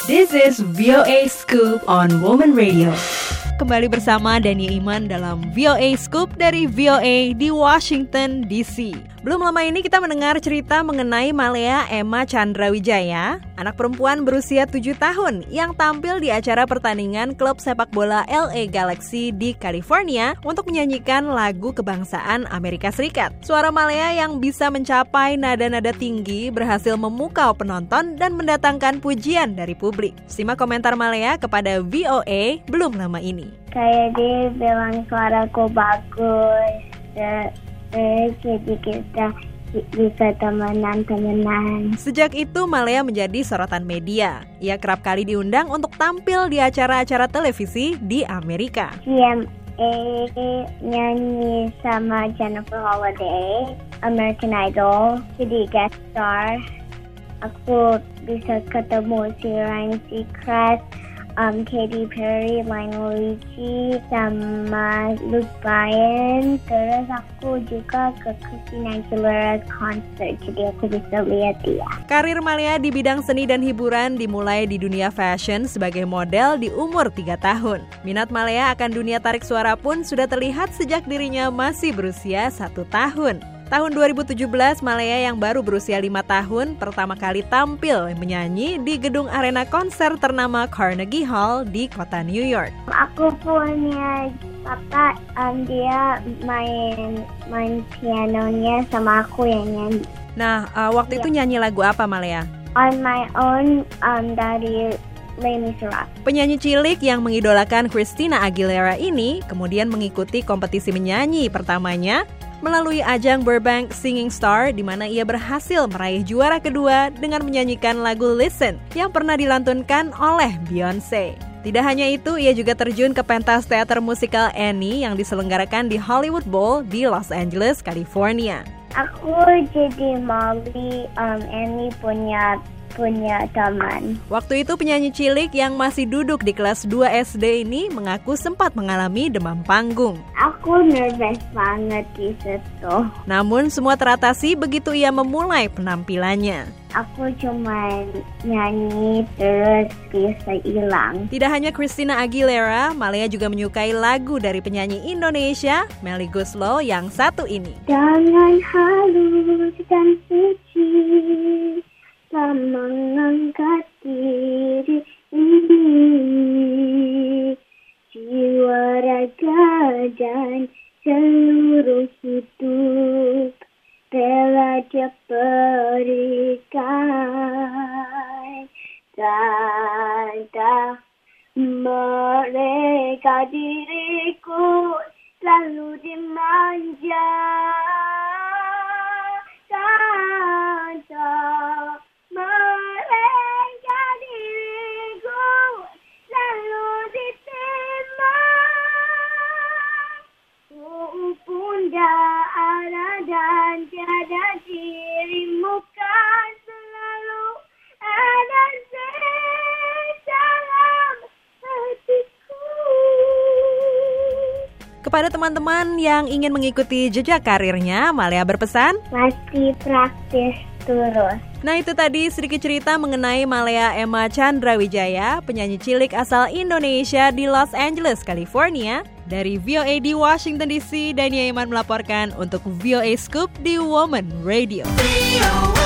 This is VOA Scoop on Woman Radio. Kembali bersama Dania Iman dalam VOA Scoop dari VOA di Washington DC. Belum lama ini kita mendengar cerita mengenai Malea Emma Chandrawijaya, anak perempuan berusia 7 tahun yang tampil di acara pertandingan klub sepak bola LA Galaxy di California untuk menyanyikan lagu kebangsaan Amerika Serikat. Suara Malea yang bisa mencapai nada-nada tinggi berhasil memukau penonton dan mendatangkan pujian dari publik. Simak komentar Malea kepada VOA belum lama ini. Kayak dia bilang suaraku bagus, jadi kita bisa temenan. Sejak itu Malea menjadi sorotan media. Ia kerap kali diundang untuk tampil di acara-acara televisi di Amerika. CMA nyanyi sama Jennifer Holliday, American Idol, jadi guest star. Aku bisa ketemu si Ryan Seacrest, Katy Perry, Lionel Richie, sama Luke Bryan. Terus aku juga ke Christina Aguilera concert, jadi aku bisa lihat dia. Karir Malea di bidang seni dan hiburan dimulai di dunia fashion sebagai model di umur 3 tahun. Minat Malea akan dunia tarik suara pun sudah terlihat sejak dirinya masih berusia 1 tahun. Tahun 2017, Malea yang baru berusia 5 tahun pertama kali tampil menyanyi di gedung arena konser ternama Carnegie Hall di kota New York. Aku punya papa, dia main pianonya sama aku yang nyanyi. Nah, waktu itu nyanyi lagu apa Malea? On My Own dari Les Miserables. Penyanyi cilik yang mengidolakan Christina Aguilera ini kemudian mengikuti kompetisi menyanyi pertamanya melalui ajang Burbank Singing Star di mana ia berhasil meraih juara kedua dengan menyanyikan lagu Listen yang pernah dilantunkan oleh Beyonce. Tidak hanya itu, ia juga terjun ke pentas teater musikal Annie yang diselenggarakan di Hollywood Bowl di Los Angeles, California. Aku jadi Molly, Annie punya teman. Waktu itu penyanyi cilik yang masih duduk di kelas 2 SD ini mengaku sempat mengalami demam panggung. Aku nervous banget di situ. Namun semua teratasi begitu ia memulai penampilannya. Aku cuma nyanyi terus bisa hilang. Tidak hanya Christina Aguilera, Malea juga menyukai lagu dari penyanyi Indonesia, Melly Goeslaw yang satu ini. Dengan halus dan suci mengangkat diri ini, jiwa raga dan seluruh hidup rela dia berikan. Tanda mereka diriku selalu dimanja. Tanda mereka diriku selalu diterima. Bunda ada dan tiada dirimu kan selalu ada dalam hatiku. Kepada teman-teman yang ingin mengikuti jejak karirnya, Malea berpesan, masih praktis terus. Nah itu tadi sedikit cerita mengenai Malea Emma Chandrawijaya, penyanyi cilik asal Indonesia di Los Angeles, California. Dari VOA di Washington DC, Dania Iman melaporkan untuk VOA Scoop di Woman Radio.